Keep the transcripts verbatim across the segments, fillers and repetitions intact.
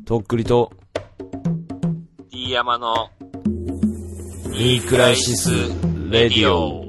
とっくりと D 山のニークライシスレディオ。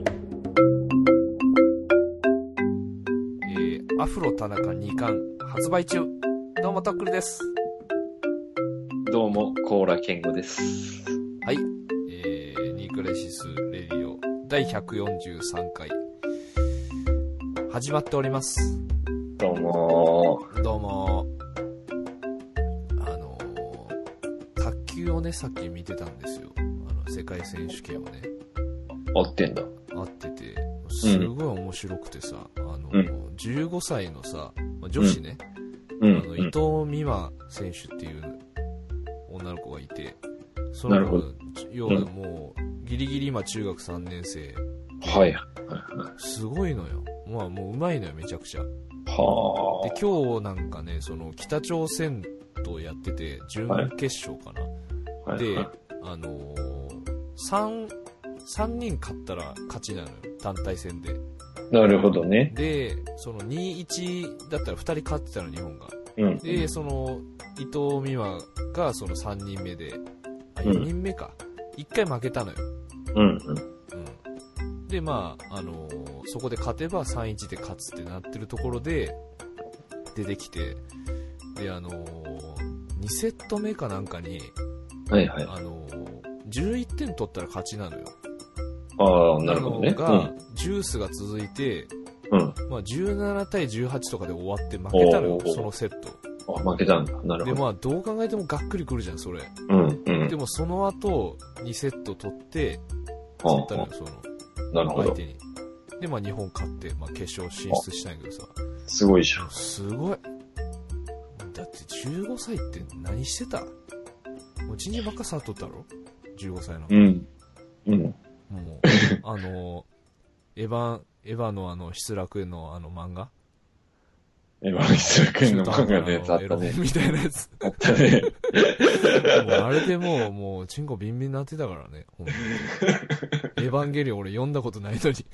えー、アフロ田中にかん発売中。どうもとっくりです。 どうもコーラケンゴです。 はい、えー、ニークライシスレディオだいひゃくよんじゅうさんかい始まっております。 どうもどうも。あのー、卓球をねさっき見てたんですよ。あの世界選手権をね。 合ってんだ。 合っててすごい面白くてさ、うん、あのーうん、じゅうごさいのさ女子ね、うん、あの伊藤美誠選手っていう女の子がいて、その子要はもうギリギリ今中学さんねん生、 はい、 すごいのよ。まあもう上手いのよめちゃくちゃ。 はで今日なんかねその北朝鮮とやってて準決勝かな、はい、で、はいはい、あのー、3, 3人勝ったら勝ちなのよ団体戦で。 なるほどね。 でその にたいいち だったらふたり勝ってたの日本が、 うん、 でその伊藤美誠がそのさんにんめで、あよにんめか、うん、いっかい負けたのよ。 うんうんうん、でまああのー、そこで勝てば さんたいいち で勝つってなってるところで出てきて、であのー、にセット目かなんかに、 はいはい、 あのー、じゅういってん取ったら勝ちなのよ。 ああなるほどね。 が、うん、ジュースが続いて、 うんまあ、じゅうななたいじゅうはちとかで終わって負けたのよそのセット。 あ負けたんだ。なるほど。 でまあどう考えてもがっくりくるじゃんそれ、 うんうん、 でもその後にセット取って勝ったのよそのなるほど相手に。でまあ日本勝って、まあ、決勝進出したんやけどさ。 すごいじゃん。 すごい。だってじゅうごさいって何してた？もうチンジばっか触っとったろじゅうごさいの。 うんうん。もうあのエヴァエヴァのあの失楽のあの漫画。 エヴァの失楽の漫画のやつあったね。 みたいなやつ。 あったね。 もうあれでもうもうチンコビンビンになってたからね。ほんとエヴァンゲリオン俺読んだことないのに。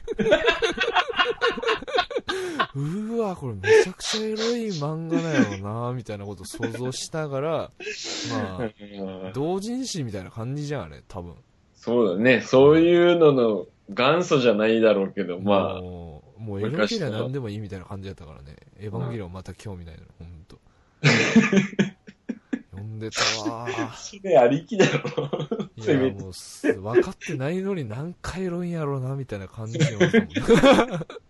うーわこれめちゃくちゃエロい漫画だよなみたいなことを想像しながら、まあ同人誌みたいな感じじゃんあれ多分。 そうだね。そういうのの元祖じゃないだろうけど、まあもう、もうエロゲリは何でもいいみたいな感じだったからね。エヴァンゲリオンまた興味ないのほんと。読んでたわー。 それありきだろ。 いやもう分かってないのに何回エロいんやろうなみたいな感じで読んでた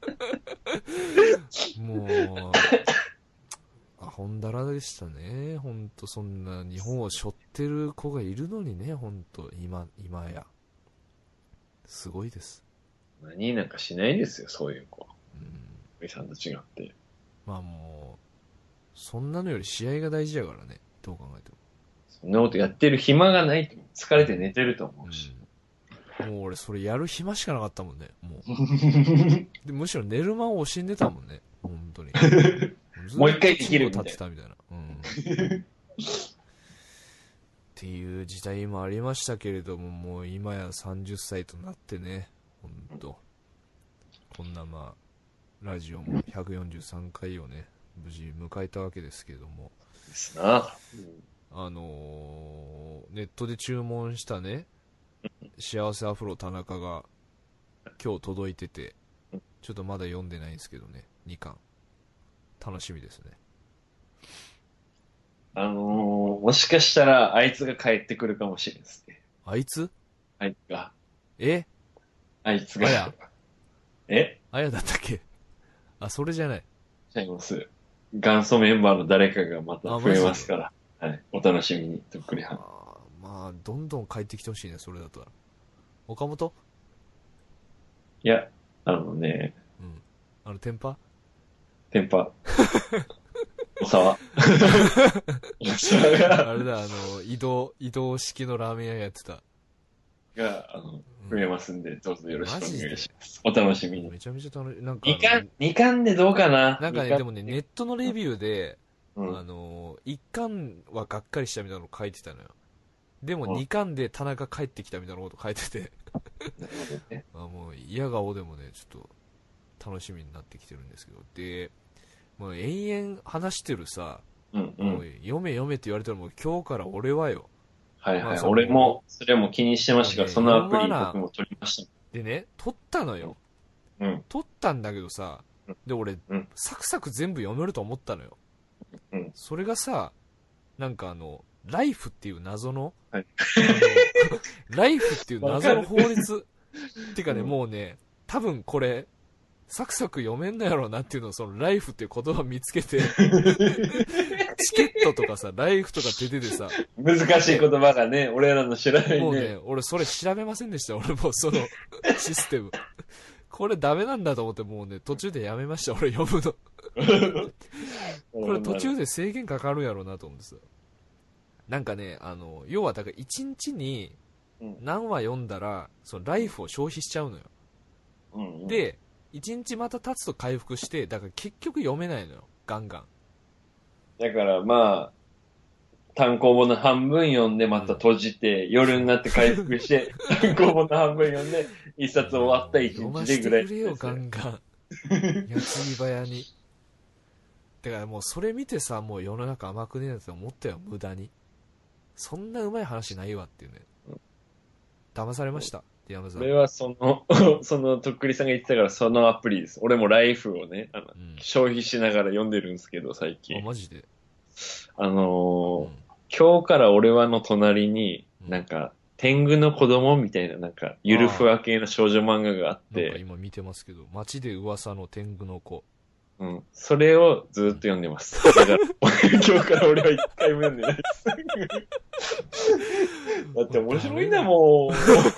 もん。もうアホンダラでしたね。ほんとそんな日本を背負ってる子がいるのにね、ほんと今今やすごいです。 何なんかしないですよそういう子。うん。おじさんと違って。 まあもうそんなのより試合が大事やからね。どう考えても。 そんなことやってる暇がないと疲れて寝てると思うし、 うん、もう俺それやる暇しかなかったもんねもうでむしろ寝る間を惜しんでたもんね本当にもう一回できるみたいな立ってたみたいな、うん、っていう時代もありましたけれども、もう今やさんじゅっさいとなってね本当こんなまあラジオもひゃくよんじゅうさんかいをね無事迎えたわけですけれどもですな、 あのー、ネットで注文したね幸せアフロ田中が今日届いててちょっとまだ読んでないんですけどねにかん楽しみですね。 あのー、もしかしたらあいつが帰ってくるかもしれないですね。 あいつあいつがえあいつがあやえあやだったっけ。あそれじゃないちゃいます。元祖メンバーの誰かがまた増えますから、はい、お楽しみに。とっくりはん。 まあどんどん帰ってきてほしいねそれだったら。岡本いやあのね、 うん、あのテンパテンパおさわあれだあの移動移動式のラーメン屋やってたがあの増えますんで、うん、どうぞよろしくお願いします。お楽しみに。 めちゃめちゃ楽しい。なんかにかんにかんでどうかな。 なんかねでもねネットのレビューで、 うん、 あのいっかんはがっかりしたみたいなの書いてたのよ。でもにかんで田中帰ってきたみたいなこと書いててね、あもう嫌顔でもねちょっと楽しみになってきてるんですけど、でもう延々話してるさうんうん。 もう読め読めって言われたらもう今日から俺はよ。 はいはい。 まあその俺も、それも気にしてましたから、 もうねそのアプリ読まな僕も取りました。 でね、撮ったのよ。 うん。 撮ったんだけどさ、で、俺、 うん。 サクサク全部読めると思ったのよ。 うん。 それがさ、なんかあの、ライフっていう謎の、 はいあのライフっていう謎の法律。っていうかね、 うんもうね、多分これ、サクサク読めんのやろうなっていうのを、そのライフっていう言葉を見つけて、チケットとかさ、ライフとか出ててさ、 難しい言葉がね、俺らの知らないね。 もうね、俺それ調べませんでした。俺もうそのシステム。これダメなんだと思ってもうね、途中でやめました。俺読むの。これ途中で制限かかるやろうなと思ってさ。なんかね、あの、要はだからいちにちに何話読んだら、そのライフを消費しちゃうのよ。 うんうん、 で、いちにちまた経つと回復して、だから結局読めないのよ。ガンガン。 だからまあ、単行本の半分読んでまた閉じて、うん、夜になって回復して、単行本の半分読んで、一冊終わった一日でぐらい。 読ましてくれよ、ガンガン。矢継ぎ早に。だからもうそれ見てさ、もう世の中甘くねえなって思ったよ、無駄に。そんなうまい話ないわっていうね。騙されました、ディアムさん。 俺はその、その、とっくりさんが言ってたからそのアプリです。俺もライフをね、あの、うん、消費しながら読んでるんですけど、最近。 あ、マジで。 あのーうん、今日から俺はの隣に、なんか、天狗の子供みたいな、なんか、ゆるふわ系の少女漫画があって。 なんか今見てますけど、街で噂の天狗の子。 うん。それをずっと読んでます。だから、今日から俺は一回も読んでないです。だって面白いんだもん。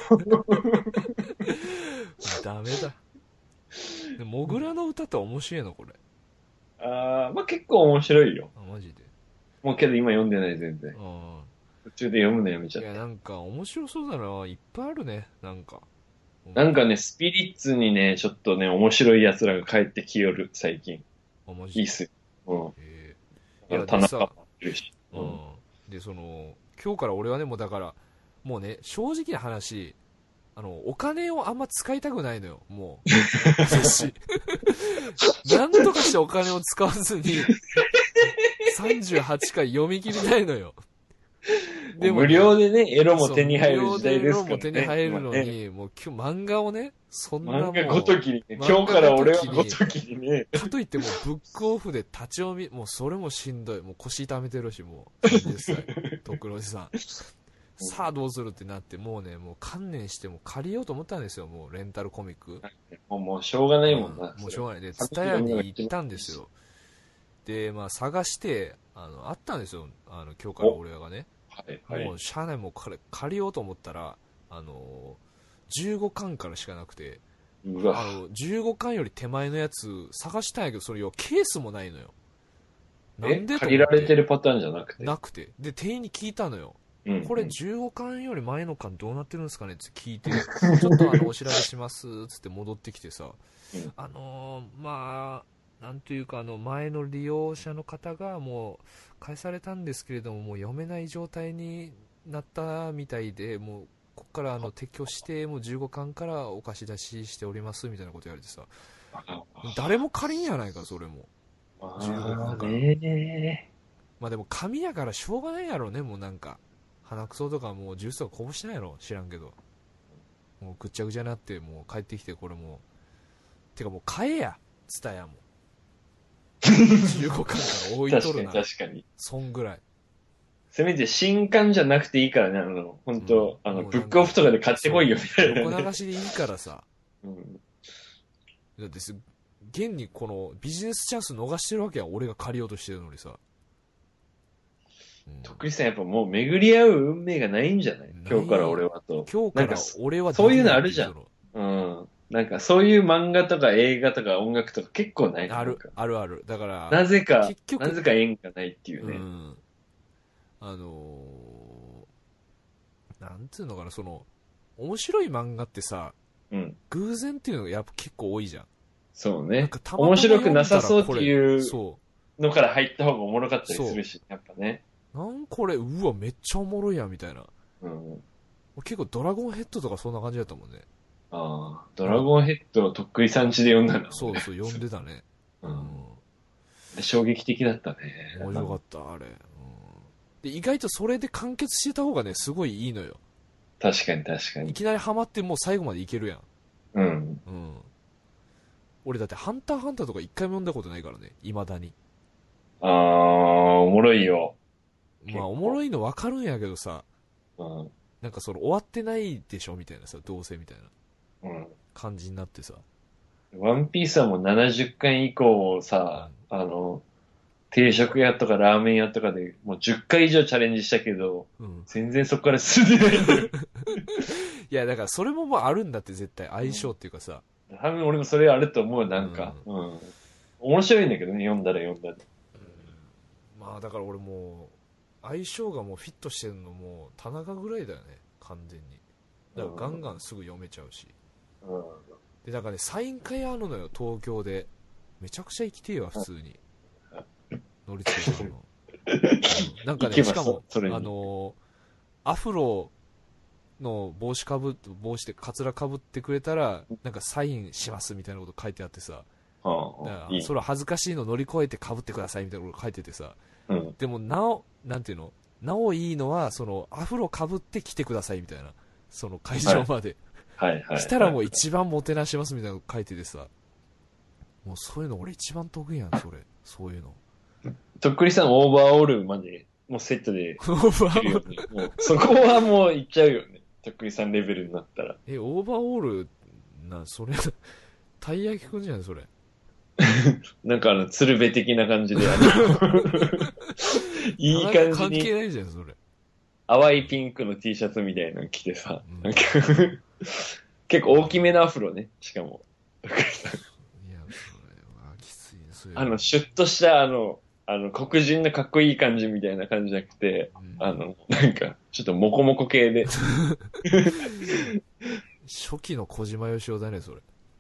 ダメだ。でモグラの歌って面白いのこれ。 あー、まあ結構面白いよ。 あ、マジで。 もうけど今読んでない全然。 あ途中で読むのやめちゃった。 いや、なんか面白そうだな。いっぱいあるね。なんか。 なんかね、スピリッツにね、ちょっとね、面白い奴らが帰ってきよる、最近。 あ、マジで。 いいっすよ。うん。 えー、いや、田中もいるし。 うん。で、その、今日から俺はね、もうだから、もうね、正直な話、あの、お金をあんま使いたくないのよ、もう。私。なんとかしてお金を使わずに、さんじゅうはちかい読み切りたいのよ。 でも、ね、無料でね、エロも手に入る時代ですからね。 無料でエロも手に入るのに、ね、もう今日漫画をね、そんなもう。 漫画ごときにね、今日から俺はごときにね。 かといってもうブックオフで立ち読み、もうそれもしんどい。もう腰痛めてるし、もう。さんじゅっさい。徳郎さん。さあどうするってなって、もうね、もう観念しても借りようと思ったんですよ、もうレンタルコミック。 もうもうしょうがないもんな。 うん、もうしょうがない。で、ツタヤに行ったんですよ。で、まあ探して、あの、あったんですよ。あの、今日から俺がね。 はいはい、 もう、しゃあない、もうこれ借りようと思ったら、あの、じゅうごかんからしかなくて、 うわあの、じゅうごかんより手前のやつ探したんやけど、それよ、ケースもないのよ。 なんで借りられてるパターンじゃなくてなくて。で、店員に聞いたのよ。うんうん、これじゅうごかんより前の缶どうなってるんですかねって聞いて、ちょっとあの、お調べします、つって戻ってきてさ、うん、あのー、まあ、なんというか、あの、前の利用者の方がもう、返されたんですけれども、もう読めない状態になったみたいで、もう、ここからあの、撤去して、もうじゅうごかんからお貸し出ししております、みたいなこと言われてさ、誰も借りんやないか、それも。じゅうごかんから。まあでも、紙やからしょうがないやろね、もうなんか。鼻くそとかもうジュースとかこぼしてないやろ、知らんけど。もうぐっちゃぐちゃになって、もう帰ってきて、これもう、てかもう買えや、ツタヤも。じゅうごかんから置いとるな。 確かに確かに。 そんぐらい。 せめて新刊じゃなくていいからね、あの、本当、うん、あの、ブックオフとかで買ってこいよ、みたいな、ね。 横流しでいいからさ。うん。だってす、現にこのビジネスチャンス逃してるわけやん、俺が借りようとしてるのにさ。 とっくりさんやっぱもう巡り合う運命がないんじゃない？今日から俺はと。 今日から俺はそういうのあるじゃん。うん。なんかそういう漫画とか映画とか音楽とか結構ないある、あるある。だから、 なぜか、なぜか縁がないっていうね。うん。 あのー、なんつうのかな、その、面白い漫画ってさ、うん、偶然っていうのがやっぱ結構多いじゃん。 そうね。面白くなさそうっていうのから入った方がおもろかったりするし、やっぱね。 なんこれ、うわ、めっちゃおもろいやん、みたいな。うん。結構ドラゴンヘッドとかそんな感じだったもんね。 ああ、ドラゴンヘッドをとっくりさんちで読んだんだ、ね。 そうそう、読んでたね。うん。 衝撃的だったね。 面白かった、あれ。うん、で、意外とそれで完結してた方がね、すごいいいのよ。 確かに確かに。 いきなりハマってもう最後までいけるやん。 うん。 うん。俺だってハンターハンターとか一回も読んだことないからね、未だに。 あー、おもろいよ。 まあ、おもろいの分かるんやけどさ、 うん。 なんかその終わってないでしょみたいなさ、どうせみたいなうん。 感じになってさ。 ワンピースはもうななじゅっかい以降さ、あの、定食屋とかラーメン屋とかでもうじゅっかい以上チャレンジしたけど、 うん。 全然そこから進んでないんだよ。 いや、だからそれもまああるんだって絶対相性っていうかさ。 多分俺もそれあると思う、なんか。うん。面白いんだけどね、読んだら読んだら。 うん、まあだから俺もう、相性がもうフィットしてるのもう田中ぐらいだよね、完全に。だからガンガンすぐ読めちゃうし。 うん。 で、だからね、サイン会あるのよ、東京で。めちゃくちゃ行きてえわ、普通に。乗り付けてるの。うん、なんかね、しかも、あのー、アフロの帽子かぶ、帽子でカツラかぶってくれたら、なんかサインしますみたいなこと書いてあってさ。だからそれは恥ずかしいの乗り越えてかぶってくださいみたいなこと書いててさ。うん、でもなお、なんていうの、なおいいのは、その、アフロかぶって来てくださいみたいな。その会場まで。 はいはいはい。 したらもう一番もてなしますみたいなの書いててさ。もうそういうの俺一番得意やん、それ。そういうの。 とっくりさんオーバーオールまで、もうセットで。オーバーオールもうそこはもう行っちゃうよね。とっくりさんレベルになったら。 え、オーバーオール、な、それ、たい焼きくんじゃん、それ。 なんかあの、鶴瓶的な感じで。いい感じに。 関係ないじゃん、それ。 淡いピンクの T シャツみたいなの着てさ。うん、なんか結構大きめのアフロね、しかも。いや、それはきついね、それ。あの、シュッとした、あの、あの、黒人のかっこいい感じみたいな感じじゃなくて、うん、あの、なんか、ちょっとモコモコ系で。 初期の小島よしおだね、それ。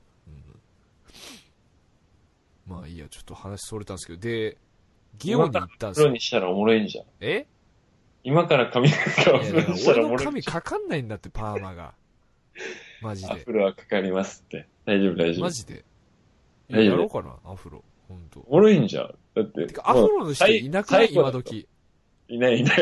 うん、まあいいや、ちょっと話それたんですけど、で、ゲオに行ったんですよ。 今から黒にしたらおもろいんじゃん。 え今から髪が黒にしたらおもろいんじゃん。 俺の髪かかんないんだって、パーマが。マジで。 アフロはかかりますって。大丈夫大丈夫。 マジで。いや、やろうかな、アフロ。ほんと。 おもろいんじゃん。だって。 てか、アフロの人いなくない今時。 いないいない。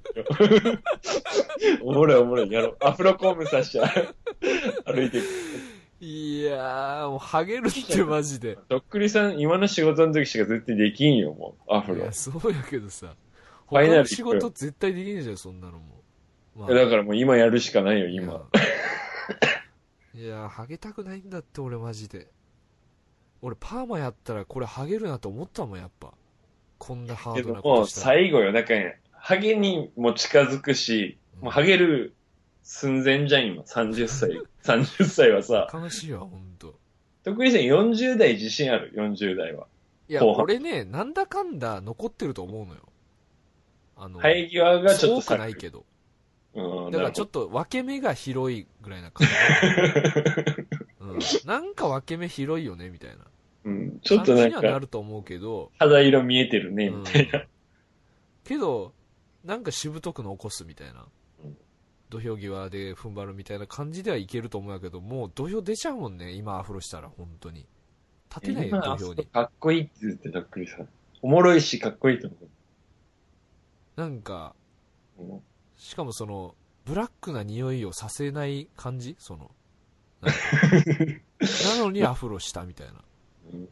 おもろいおもろい。やろう。アフロコームさしちゃ歩いていく。 いやー、もう、ハゲるってマジで。 とっくりさん、今の仕事の時しか絶対できんよ、もう。アフロ。いや、 そうやけどさ。他の仕事絶対できんじゃん、そんなのも。 まあ、だからもう今やるしかないよ、今。 いやー、ハゲたくないんだって、俺マジで。俺、パーマやったらこれハゲるなと思ったもん、やっぱ。こんなハードなことしたら。 もう最後よ。だから、ハゲにも近づくし、うん、もうハゲる寸前じゃん、今。さんじゅっさい。さんじゅっさいはさ。 悲しいわ、ほんと。 特にさんよんじゅう代自信ある、よんじゅう代は。 いや、俺ね、なんだかんだ残ってると思うのよ。あの、 生え際がちょっと多くないけど。 うん、 だからちょっと分け目が広いぐらいな感じ。うん、なんか分け目広いよね、みたいな。 うん、ちょっとなんか。 感じにはなると思うけど。 肌色見えてるね、みたいな。うん、 けど、なんかしぶとく残すみたいな。うん、土俵際で踏ん張るみたいな感じではいけると思うんやけど、もう土俵出ちゃうもんね、今アフロしたら、本当に。立てないよ、土俵に。 かっこいいって言ってたっくりさん。おもろいし、かっこいいと思う。 なんか、うん、しかもその、ブラックな匂いをさせない感じその、なんかなのにアフロしたみたいな。うん。うん。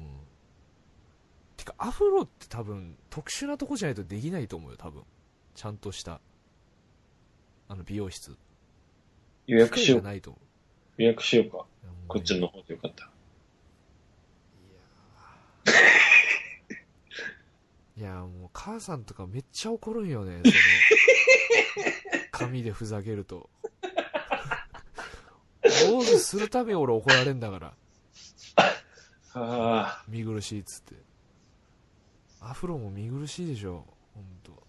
てか、アフロって多分、特殊なとこじゃないとできないと思うよ、多分。ちゃんとした、あの、美容室。 予約しよう。 ないと思う予約しようか。こっちの方でよかったら。 いやーもう母さんとかめっちゃ怒るんよね、その髪でふざけると。坊主するたび俺怒られんだから。 あ見苦しいっつって。アフロも見苦しいでしょ、ほんと。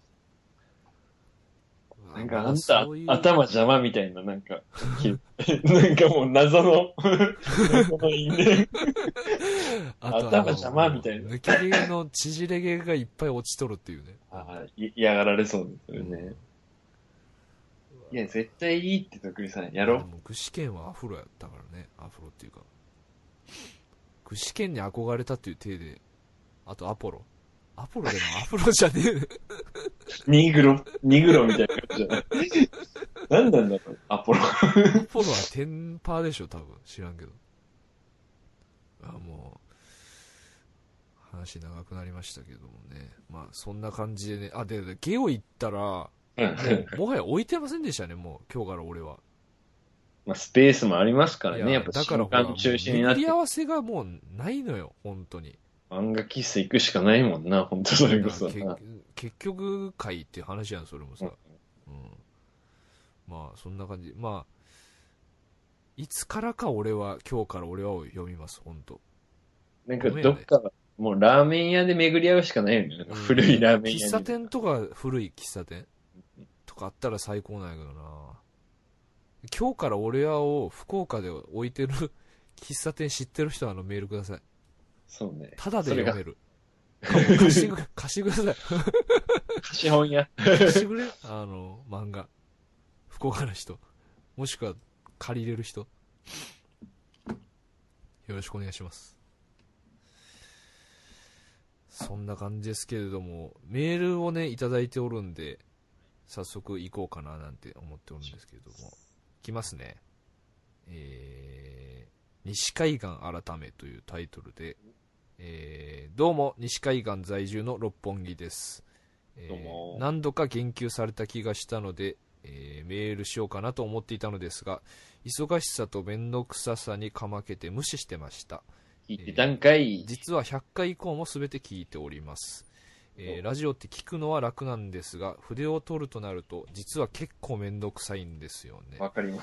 なんかあんた、ういう頭邪魔みたいな、なんか、なんかもう謎の、謎の因縁。頭邪魔みたいな。 抜け毛の縮れ毛がいっぱい落ちとるっていうね。 ああ、嫌がられそうですよね。うん、いや、絶対いいってとくりさん、やろう。でも具志堅はアフロやったからね、アフロっていうか。具志堅に憧れたっていう体で、 あとアポロ。アポロでもアポロじゃねえ。 ニグロ、ニグロみたいな感じじゃない。何なんだろう、アポロ。 アポロはテンパーでしょ、多分。知らんけど。あ、もう、話長くなりましたけどもね。まあ、そんな感じでね。あ、で、でゲオ行ったら、もう、もはや置いてませんでしたね、もう、今日から俺は。 まあ、スペースもありますからね、やっぱだからほら、もう中心になって。 巡り合わせがもうないのよ、本当に。 漫画喫茶行くしかないもんな、本当それこそな。結局、会っていう話やん、それもさ。うん。うん、まあ、そんな感じ。まあ、いつからか俺は、今日から俺はを読みます、本当。 なんかどっか、もうラーメン屋で巡り合うしかないよね。うん、古いラーメン屋に。喫茶店とか古い喫茶店とかあったら最高なんやけどな。今日から俺はを福岡で置いてる喫茶店知ってる人はあのメールください。 そうね。 ただで読める。貸してく、貸してください。 貸本屋。 貸してくれあの、漫画。福岡の人。もしくは借りれる人。よろしくお願いします。そんな感じですけれども、メールをね、いただいておるんで、早速行こうかななんて思っておるんですけれども。いきますね。えー、西海岸改めというタイトルで、えー、どうも西海岸在住の六本木です、えー、何度か言及された気がしたので、えー、メールしようかなと思っていたのですが、忙しさと面倒くささにかまけて無視してました。 聞いてたんかい、 えー、実はひゃっかい以降も全て聞いております。えー、ラジオって聞くのは楽なんですが、筆を取るとなると実は結構めんどくさいんですよね。 わかります、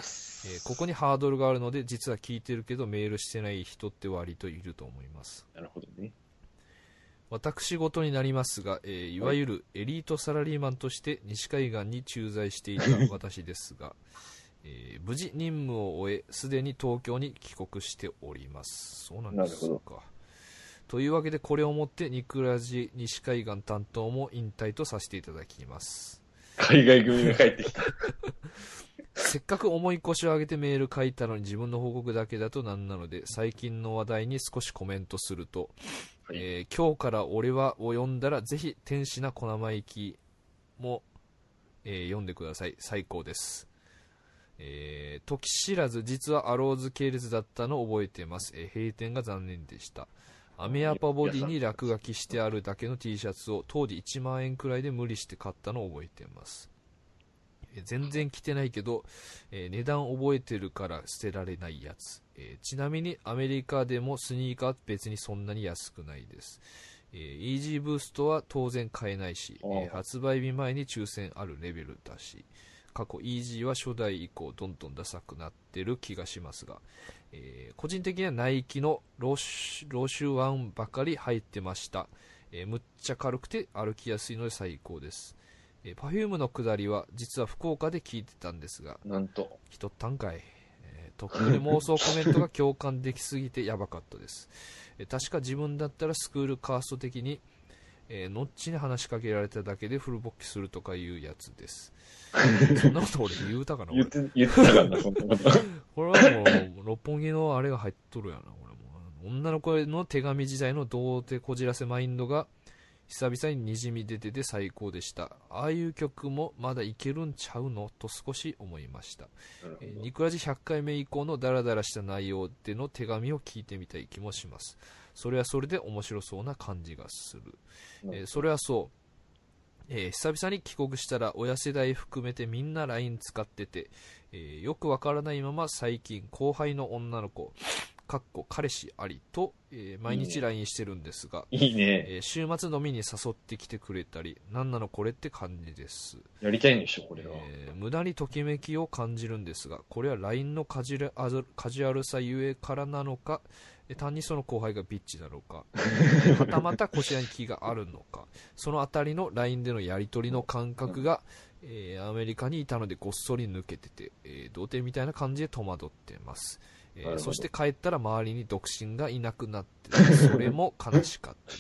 えー、ここにハードルがあるので、実は聞いてるけどメールしてない人って割といると思います。 なるほどね。 私事になりますが、えー、いわゆるエリートサラリーマンとして西海岸に駐在していた私ですが、えー、無事任務を終え、すでに東京に帰国しております。そうなんですか。というわけで、これをもってニクラジ西海岸担当も引退とさせていただきます。 海外組が帰ってきた。 せっかく重い腰を上げてメール書いたのに自分の報告だけだとなんなので、最近の話題に少しコメントすると、はい、えー、今日から俺はを読んだらぜひ天使な小生意気も、えー、読んでください。最高です。えー、時知らず実はアローズ系列だったのを覚えています。えー、閉店が残念でした。アメアパボディに落書きしてあるだけの T シャツを当時いちまんえんくらいで無理して買ったのを覚えています。えー、全然着てないけど、えー、値段覚えてるから捨てられないやつ。えー、ちなみにアメリカでもスニーカーは別にそんなに安くないです。えー、イージーブーストは当然買えないし、えー、発売日前に抽選あるレベルだし、過去イージーは初代以降どんどんダサくなってる気がしますが、えー、個人的にはナイキのローシュ、ローシュワンばかり入ってました。えー、むっちゃ軽くて歩きやすいので最高です。えー、Perfume の下りは実は福岡で聞いてたんですが、 なんと人ったんかい、えー、とっくに妄想コメントが共感できすぎてやばかったです。えー、確か自分だったらスクールカースト的に、えー、ノッチに話しかけられただけでフルボッキするとかいうやつです。そんなこと俺言うたかな。 言って言ってたかなそんなこと。 これはもう六本木のあれが入っとるやな。これも女の子の手紙時代の童貞こじらせマインドが久々ににじみ出てて最高でした。ああいう曲もまだいけるんちゃうのと少し思いました。えー、ニクラジひゃっかいめ以降のダラダラした内容での手紙を聞いてみたい気もします。それはそれで面白そうな感じがする。えー、それはそう。えー、久々に帰国したら親世代含めてみんな ライン 使ってて、えー、よくわからないまま最近後輩の女の子かっこ彼氏ありと、えー、毎日 ライン してるんですが、 いいね、 えー、週末飲みに誘ってきてくれたり、なんなのこれって感じです。 やりたいんでしょこれは、 えー、無駄にときめきを感じるんですが、これは ライン のカジュアル、カジュアルさゆえからなのか、単にその後輩がビッチだろうか、またまたこちらに気があるのか、そのあたりの ライン でのやり取りの感覚が、えー、アメリカにいたのでごっそり抜けてて、えー、童貞みたいな感じで戸惑ってます。えー、そして帰ったら周りに独身がいなくなってて、それも悲しかったです。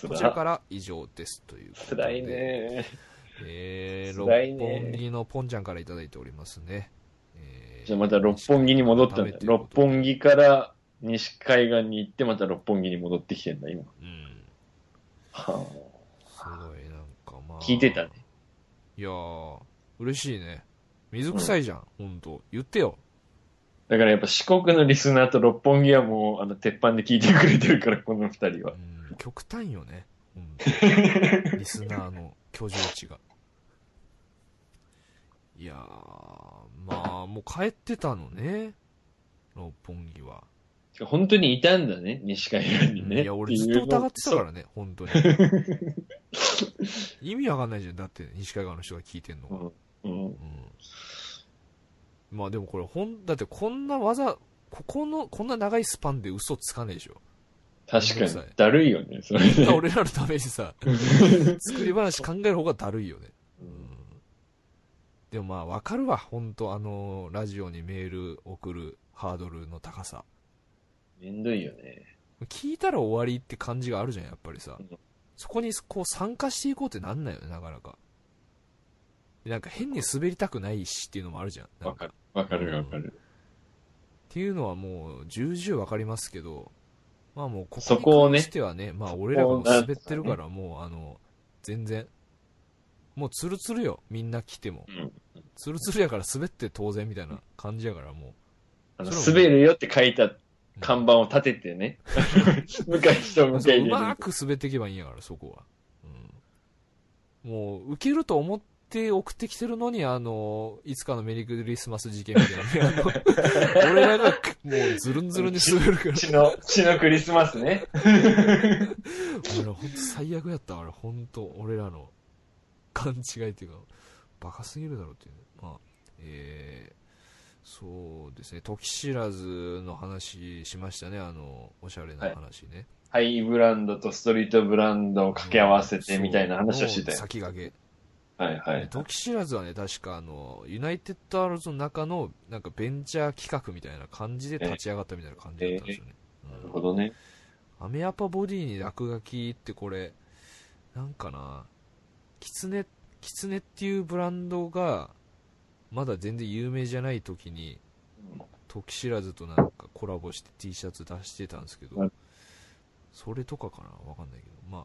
こちらから以上ですということで。 辛いね、 えー、六本木のポンちゃんからいただいておりますね。 えー、じゃあまた六本木に戻ったんだ。六本木から西海岸に行ってまた六本木に戻ってきてんだ今。 うん。 はすごい、なんかまあ。 聞いてたね。 いやー、嬉しいね。水臭いじゃん、うん、ほんと。言ってよ。 だからやっぱ四国のリスナーと六本木はもう、あの、鉄板で聞いてくれてるから、この二人は。 うん、極端よね。うん、リスナーの居住地が。いやー、まあ、もう帰ってたのね。六本木は。 本当にいたんだね、西海岸にね。 うん、いや、俺ずっと疑ってたからね、本当に。意味わかんないじゃん、だって、西海岸の人が聞いてんのが。うんうんうん、まあでもこれ、ほん、だってこんな技、ここの、こんな長いスパンで嘘つかねえでしょ。 確かに。だるいよね、それね。 俺らのためにさ、作り話考える方がだるいよね。うん、でもまあわかるわ、本当あの、ラジオにメール送るハードルの高さ。 めんどいよね。 聞いたら終わりって感じがあるじゃん、やっぱりさ。うん、そこにこう参加していこうってなんないよね、なかなか。なんか変に滑りたくないしっていうのもあるじゃん。 わかる、わかる、わかる。 っていうのはもう重々わかりますけど、まあもうここに関してはね、ねまあ俺らがもう滑ってるからもうあの、全然、もうツルツルよ、みんな来ても。うん、ツルツルやから滑って当然みたいな感じやからもう。 あの滑るよって書いた看板を立ててね。向かい人向かいで。 うまく滑っていけばいいんやから、そこは。うん、もう、受けると思って送ってきてるのに、あの、いつかのメリークリスマス事件みたいな。俺らが、もう、ズルンズルンに滑るから。 血の、血のクリスマスね。 あれ、ほんと最悪やった。あれ、ほんと、俺らの勘違いっていうか、バカすぎるだろうっていう、ね。まあ、えー、そうですね、時知らずの話しましたね、あの、おしゃれな話ね。 はい、ハイブランドとストリートブランドを掛け合わせてみたいな話をしてたよ。 先駆け。 はいはい。 時知らずはね、確かあの、ユナイテッドアローズの中の、なんかベンチャー企画みたいな感じで立ち上がったみたいな感じだったんですよね。 えーうん、なるほどね。 アメアパボディに落書きってこれ、なんかな、キツネ、キツネっていうブランドが、まだ全然有名じゃない時に、時知らずとなんかコラボして T シャツ出してたんですけど、それとかかなわかんないけど、まあ。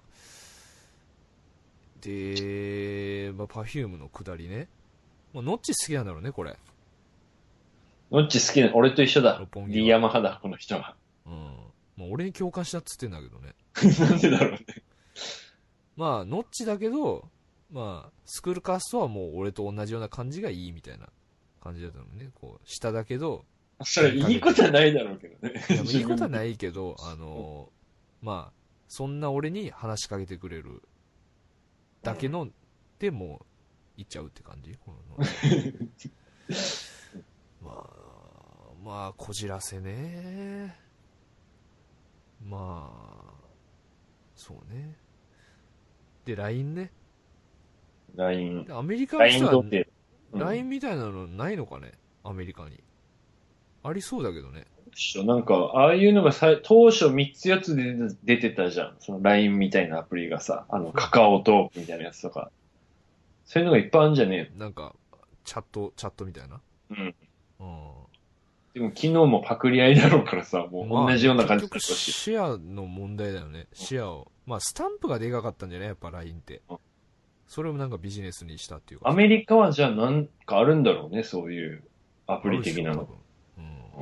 で、まあ、Perfume の下りね。まあ、ノッチ好きなんだろうね、これ。 ノッチ好きな、俺と一緒だ。D ヤマハだ、この人は。 うん。まあ、俺に共感したっつってんだけどね。 なんでだろうね。 まあ、ノッチだけど、まあ、スクールカーストはもう俺と同じような感じがいいみたいな感じだったのね。こう、下だけど。 それ、いいことはないだろうけどね。 いや、いいことはないけど、あの、まあ、そんな俺に話しかけてくれるだけの、でもう、行っちゃうって感じこのまあ、まあ、こじらせね。まあ、そうね。で、ライン ね。 ライン。 アメリカの人は ライン みたいなのないのかね、アメリカに。ありそうだけどね。 なんか、ああいうのがさ当初みっつよっつで出てたじゃん。その ライン みたいなアプリがさ、あの、カカオトークみたいなやつとか。そういうのがいっぱいあるんじゃねえなんか、チャット、チャットみたいな。 うん。うん。でも昨日もパクリ合いだろうからさ、もう同じような感じだったし。 まあ、結局シェアの問題だよね。シェアを。まあ、スタンプがでかかったんじゃないやっぱ ライン って。うん、それをなんかビジネスにしたっていうか。 アメリカはじゃあなんかあるんだろうね、そういうアプリ的なの。 うん、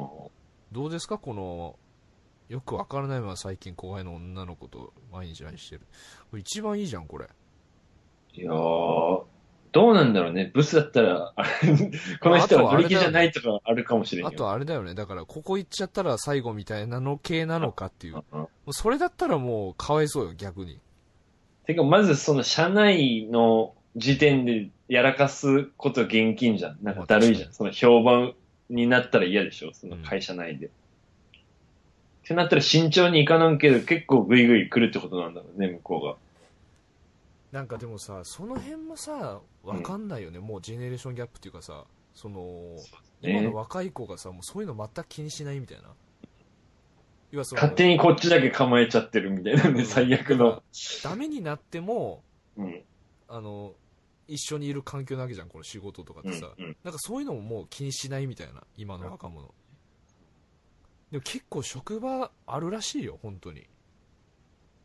どうですかこの、よくわからないまま最近後輩の女の子と毎日 ライン してる。これ一番いいじゃん、これ。 いやー、どうなんだろうね。ブスだったら、この人は乗り気じゃないとかあるかもしれない。 あとあれだよね。だから、ここ行っちゃったら最後みたいなの系なのかっていう。もうそれだったらもう、かわいそうよ、逆に。 てか、まずその、社内の時点でやらかすこと現金じゃん。なんかだるいじゃん。その評判になったら嫌でしょ。その会社内で。うん、ってなったら慎重にいかなんけど、結構グイグイ来るってことなんだろうね、向こうが。 なんかでもさ、その辺もさ、わかんないよね、うん、もうジェネレーションギャップっていうかさ、その、ね、今の若い子がさ、もうそういうの全く気にしないみたいな。 要はその勝手にこっちだけ構えちゃってるみたいなね、うん、最悪の。 ダメになっても、 うん、 あの、一緒にいる環境なわけじゃん、この仕事とかってさ、 うんうん。 なんかそういうのももう気にしないみたいな、今の若者。でも結構職場あるらしいよ、本当に。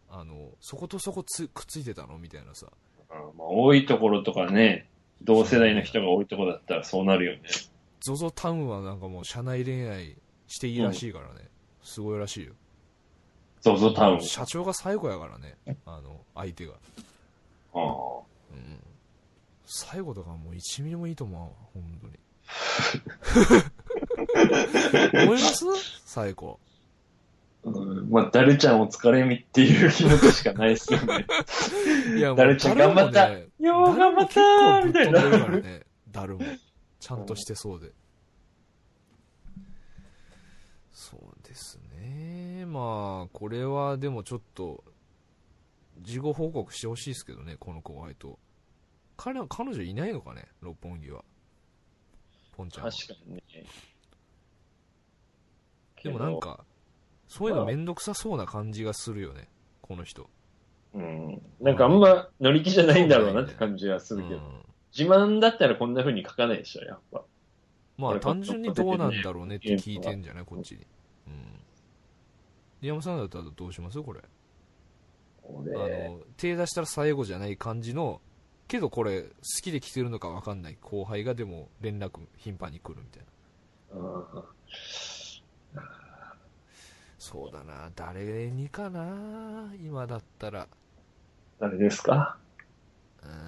あのそことそこつくっついてたのみたいなさ。 あまあ、多いところとかね、同世代の人が多いところだったらそうなるよね。 ゾゾタウンはなんかもう社内恋愛していいらしいからね、うん、すごいらしいよ。 ゾゾタウン社長が最後やからね、あの相手が。 ああ、 うん、最後とかもういちミリもいいと思うわ本当に。思います最後。 うん、まあ、ダルちゃんお疲れみっていう気持ちしかないっすよね。いや、ダルちゃん頑張った、ね、よー頑張ったーみたいな。 ね、ダルもちゃんとしてそうで、うん、そうですね。まあこれはでもちょっと事後報告してほしいですけどね、この後輩と。彼は彼女いないのかね、六本木は。ポンちゃんは。 確かにね。 でもなんかそういうのめんどくさそうな感じがするよね、この人。 うん。なんかあんま乗り気じゃないんだろうなって感じはするけど。うん、自慢だったらこんな風に書かないでしょ、やっぱ。 まあ単純にどうなんだろうねって聞いてんじゃない、こっちに。うん。リアムさんだったらどうしますこれ。あの、手出したら最後じゃない感じの、けどこれ好きで来てるのか分かんない後輩がでも連絡頻繁に来るみたいな。うんそうだな、誰にかな今だったら。 誰ですか？ うーん、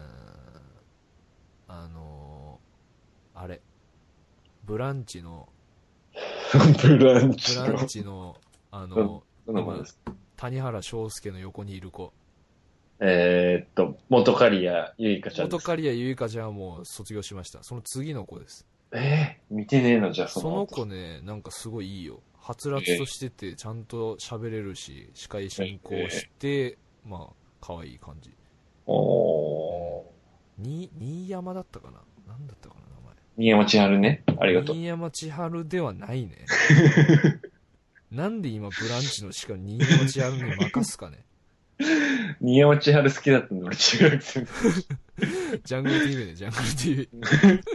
あのー、あれブランチのブランチのブランチのあの今谷原章介の横にいる子、 えー、っと元カリアゆいかちゃんです。 元カリアゆいかちゃんはもう卒業しました。その次の子です。 えー、見てねえのじゃあそのその子ね、なんかすごいいいよ。はつらつとしててちゃんと喋れるし、司会進行して、えー、まあ可愛い感じ。 おー、 うん、に新山だったかな、なんだったかな名前。 新山千春ね、ありがとう。 新山千春ではないね。なんで今ブランチのしか新山千春に任すかね。 新山千春好きだったの俺中学生のジャングル ティーブイ ね、ジャングル ティーブイ。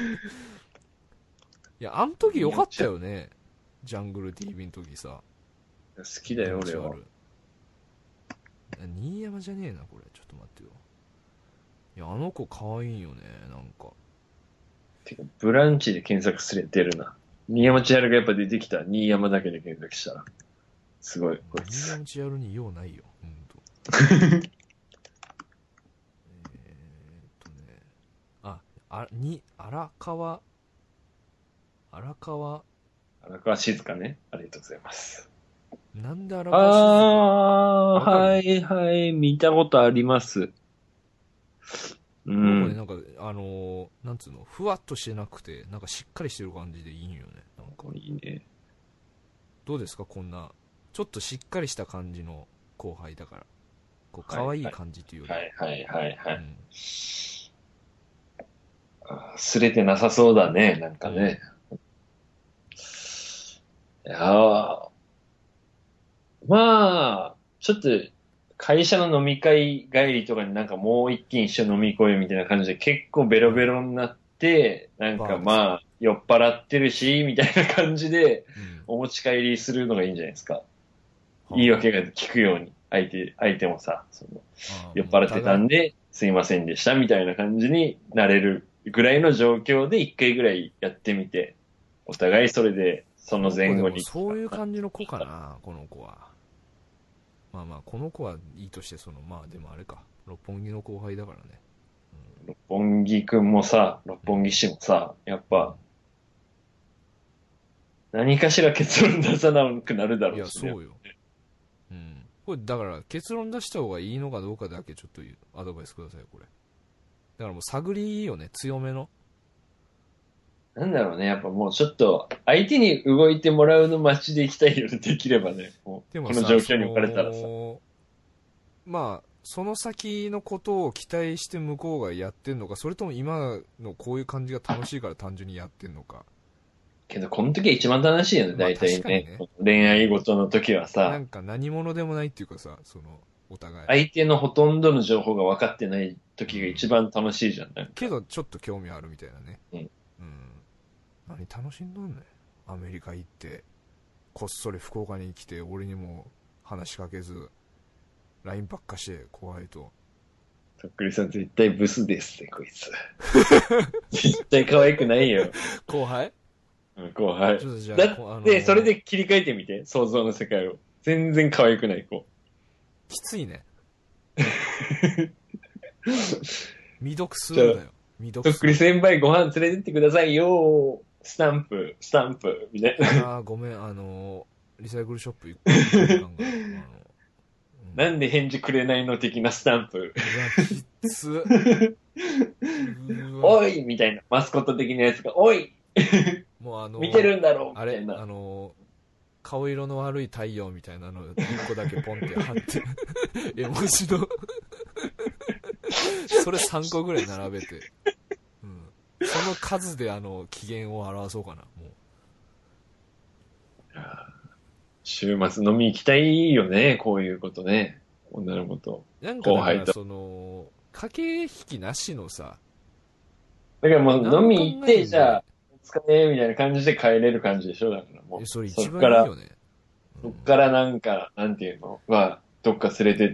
いや、あの時よかったよね。ジャングル ティーブイ の時さ。 好きだよ、俺は。 新山じゃねえな、これ。ちょっと待ってよ。いや、あの子可愛いよね、なんか。 てか、ブランチで検索すれば出るな。新山千春がやっぱ出てきた。新山だけで検索したら。すごい、こいつ。 新山千春に用ないよ、ほんと。えーっとね。あ、あ、に、荒川、荒川。 荒川静香ね。ありがとうございます。 なんで荒川静香？あー、はいはい、見たことあります。 うん。なんか、あのー、なんつうの、ふわっとしてなくて、なんかしっかりしてる感じでいいんよね。なんかいいね。 どうですか、こんな、ちょっとしっかりした感じの後輩だから。こう、可愛い感じというより。 はいはいはいはい。うん、すれてなさそうだね、なんかね。うん、いやー、まあ、ちょっと、会社の飲み会帰りとかになんかもう一軒一緒に飲み行こうよみたいな感じで結構ベロベロになって、なんかまあ、酔っ払ってるし、みたいな感じで、お持ち帰りするのがいいんじゃないですか。うん、言い訳が聞くように、相手、相手もさ、その、酔っ払ってたんで、すいませんでした、みたいな感じになれるぐらいの状況で一回ぐらいやってみて、お互いそれで、その前後に。 そういう感じの子かな、この子は。まあまあ、この子はいいとして、その、まあでもあれか、六本木の後輩だからね。 うん、六本木くんもさ、六本木氏もさ、やっぱ、何かしら結論出さなくなるだろうし、ね。 いや、そうよ。うん。これ、だから結論出した方がいいのかどうかだけちょっとアドバイスください、これ。だからもう探りよね、強めの。 なんだろうね、やっぱもうちょっと、相手に動いてもらうの待ちでいきたいよね、できればね。もうでもこの状況に置かれたらさ。 まあ、その先のことを期待して向こうがやってんのか、それとも今のこういう感じが楽しいから単純にやってんのか。 けど、この時は一番楽しいよね、大体ね。ね、恋愛事の時はさ。 なんか何者でもないっていうかさ、その、お互い。 相手のほとんどの情報が分かってない時が一番楽しいじゃん。なんかけど、ちょっと興味あるみたいなね。 うん。うん。 何楽しんどんねん。アメリカ行って、こっそり福岡に来て、俺にも話しかけず、 ライン ばっかして後輩と。 とっくりさん絶対ブスですね、こいつ。絶対可愛くないよ。 後輩うん、後輩。 ちょっとじゃあだって、 こあのーそれで切り替えてみて、想像の世界を。全然可愛くない子。 きついね。未読スルーだよ。未とっ読スルー。 くり先輩ご飯連れてってくださいよ。スタンプ、スタンプ、みたいな。 ああ、ごめん、あのー、リサイクルショップ行く時間があのーなんで返事くれないの的なスタンプ。 うわ、きつ。うわおいみたいな。マスコット的なやつが、おいもうあのー、 見てるんだろうみあれ、 たいな。 あのー、顔色の悪い太陽みたいなの一個だけポンって貼って絵文字のそれさんこぐらい並べて、うん、その数であの機嫌を表そうかな。もう週末飲み行きたいよね、こういうことね。女の子と。 なんかだか後輩と。 らその駆け引きなしのさ、 だからもう飲み行って、 何も考えんでじゃあ、お疲れみたいな感じで帰れる感じでしょだからもう。 えそれそ一番っからいいよね。 そっからなんか、なんていうのは、どっか連れてって、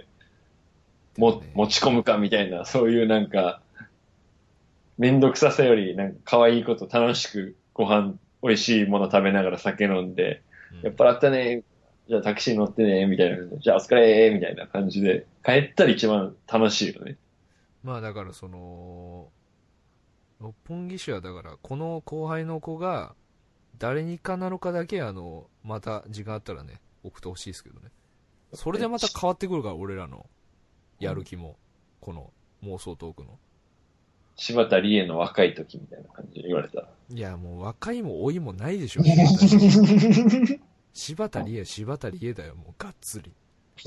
も、持ち込むかみたいな、そういうなんか、めんどくささより、なんか可愛いこと楽しくご飯、美味しいもの食べながら酒飲んで、 うんやっぱらったね、じゃあタクシー乗ってね、みたいな感じで、じゃあお疲れみたいな感じで、帰ったら一番楽しいよね。 まあだからその六本木市はだからこの後輩の子が誰にかなのかだけあのまた時間あったらね送ってほしいですけどね。それでまた変わってくるから俺らのやる気も、この妄想トークの。 柴田理恵の若い時みたいな感じで言われたら。 いやもう若いも老いもないでしょ。柴田理恵柴田理恵だよ、もうがっつり。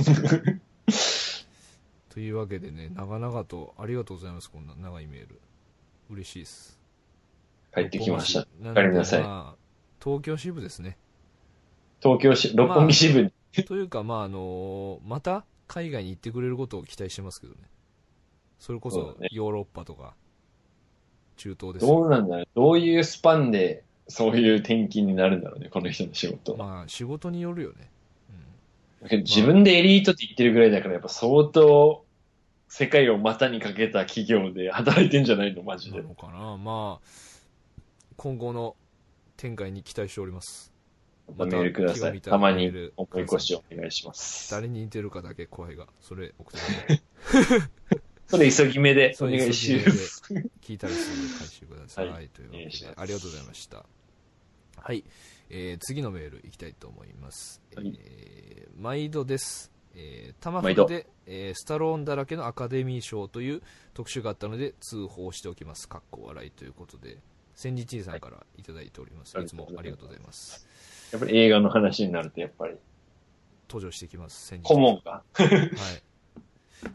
というわけでね、長々とありがとうございます。こんな長いメール嬉しいです。 帰ってきました。 なお帰りなさい。 まあ、東京支部ですね。 東京市、六本木支部に。 というかまああのまた海外に行ってくれることを期待してますけどね。それこそヨーロッパとか中東ですよ。 どうなんだろう。どういうスパンで、そういう転勤になるんだろうね、この人の仕事は。 まあ仕事によるよね。 だけど自分でエリートって言ってるぐらいだから、やっぱ相当、世界を股にかけた企業で働いてんじゃないの、マジで。 なのかな。まあ今後の展開に期待しております。 またメールください。たまに思い越しをお願いします。 誰に似てるかだけ後輩がそれ送ってください。 それ急ぎ目でおそう願いします。 聞いたらすぐ返してください、 はい、 というわけでありがとうございました。はい、えー、次のメールいきたいと思います。はい、えー、毎度です。えー、タマフルで、えー、スタローンだらけのアカデミー賞という特集があったので通報しておきます。かっこ笑いということで千日さんからいただいております、はい、いつもありがとうございます。 やっぱり映画の話になるとやっぱり登場してきます。 顧問か。 はい。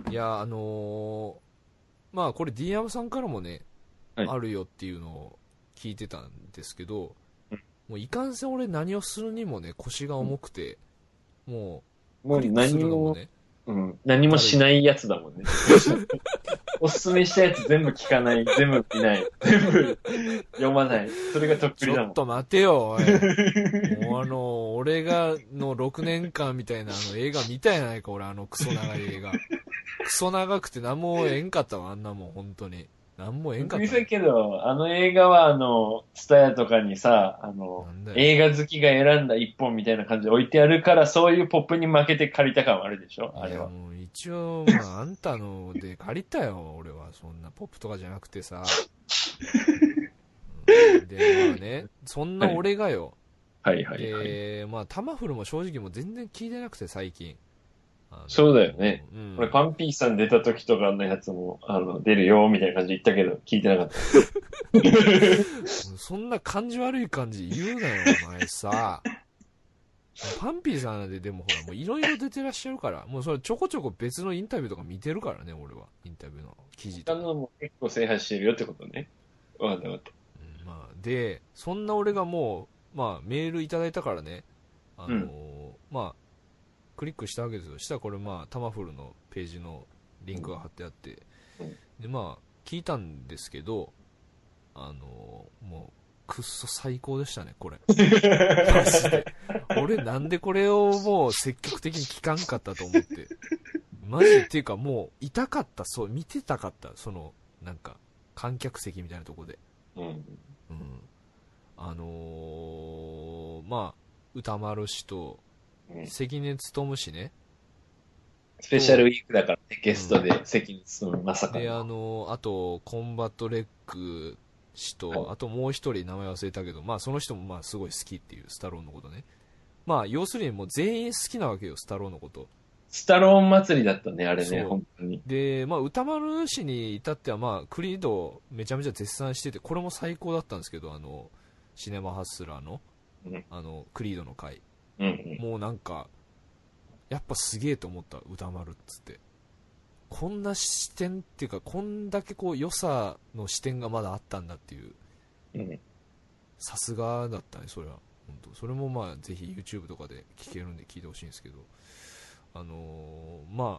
いやあのー、まあこれ ディーアーム さんからもね、はい、あるよっていうのを聞いてたんですけど、うん、もういかんせん俺何をするにもね腰が重くて、うん、もうもう何も、ね、うん、何もしないやつだもんね。おすすめしたやつ全部聞かない、全部見ない、全部読まない。それがとっくりだもん。 ちょっと待てよ、おい。もうあの、俺がのろくねんかんみたいなあの映画見たやないか、俺あのクソ長い映画。クソ長くて何もえんかったわ、あんなもん、本当に。何もえんかった。 見けど、あの映画はあの、ツタヤとかにさ、あの、映画好きが選んだ一本みたいな感じで置いてあるから、そういうポップに負けて借りた感はあるでしょあれは。 もう一応、まあ、あんたので借りたよ、俺は。そんなポップとかじゃなくてさ。うん、で、まあね、そんな俺がよ。 はい、はいはいはい、 で、まあ、タマフルも正直もう全然聞いてなくて、最近。 そうだよね。うん、俺、パンピーさん出た時とかのやつも、あの、出るよ、みたいな感じで言ったけど、聞いてなかった。 そんな感じ悪い感じ言うなよ、お前さ。パンピーさんで、でもほら、もういろいろ出てらっしゃるから、もうそれちょこちょこ別のインタビューとか見てるからね、俺は。インタビューの記事とか。 他のも結構制覇してるよってことね。わかったわかった。 うん、まあ、で、そんな俺がもう、まあ、メールいただいたからね、あのーうん、まあ、クリックしたわけですよ。したらこれまあタマフルのページのリンクが貼ってあって、でまあ聞いたんですけど、あのもうくっそ最高でしたね、これ。マジで。俺なんでこれをもう積極的に聞かんかったと思って。マジでっていうかもう、痛かった、そう、見てたかった、その、なんか、観客席みたいなとこで。うん。うん。あのー、まあ、歌丸氏と、関根勤氏ね。 スペシャルウィークだからね、ゲストで関根勤まさかの。 で、あのー、あと、コンバットレック氏と、はい、あともう一人名前忘れたけど、まあその人もまあすごい好きっていうスタローンのことね。まあ要するにもう全員好きなわけよ、スタローンのこと。 スタローン祭りだったね、あれね、本当に。 で、まあ歌丸氏に至ってはまあクリードめちゃめちゃ絶賛してて、これも最高だったんですけど、あの、シネマハッスラーの、うん、あの、クリードの回。うんうん、もうなんか、やっぱすげえと思った、歌丸っつって。こんな視点っていうか、こんだけこう良さの視点がまだあったんだっていう。さすがだったね、それは。本当それもまあ、ぜひ YouTube とかで聞けるんで聞いてほしいんですけど。あのー、ま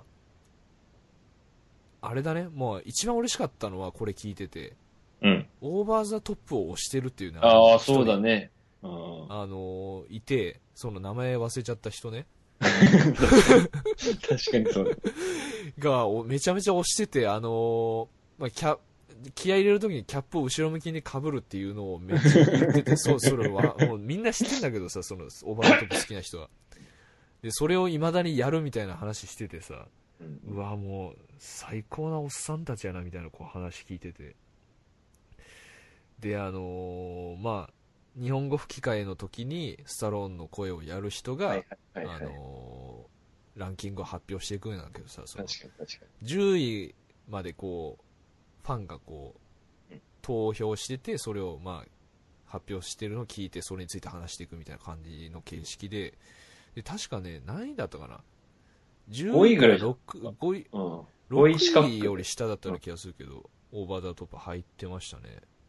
あ、あれだね、もう一番嬉しかったのはこれ聞いてて、うん、オーバーザトップを押してるっていうね。 ああ、そうだね。 あのー、いて、その名前忘れちゃった人ね。 確かにそうがめちゃめちゃ押してて、あのーまあ、キャ気合い入れるときにキャップを後ろ向きに被るっていうのをめっちゃ言っててそうそれはもうみんな知ってんだけどさ、そのオーバートップ好きな人はでそれを未だにやるみたいな話しててさ、うん、うわもう最高なおっさんたちやなみたいなこう話聞いてて、であのー、まあ日本語吹き替えの時にスタローンの声をやる人が、はいはいはいはい、あのー、ランキングを発表していくんだけどさ、その確かに確かにじゅういまでこうファンがこう投票してて、それをまあ発表してるのを聞いてそれについて話していくみたいな感じの形式で、で確かね何位だったかな、じゅういからろく、ごい、うん、ろくいより下だったような気がするけど、うん、オーバーザトップ入ってましたね。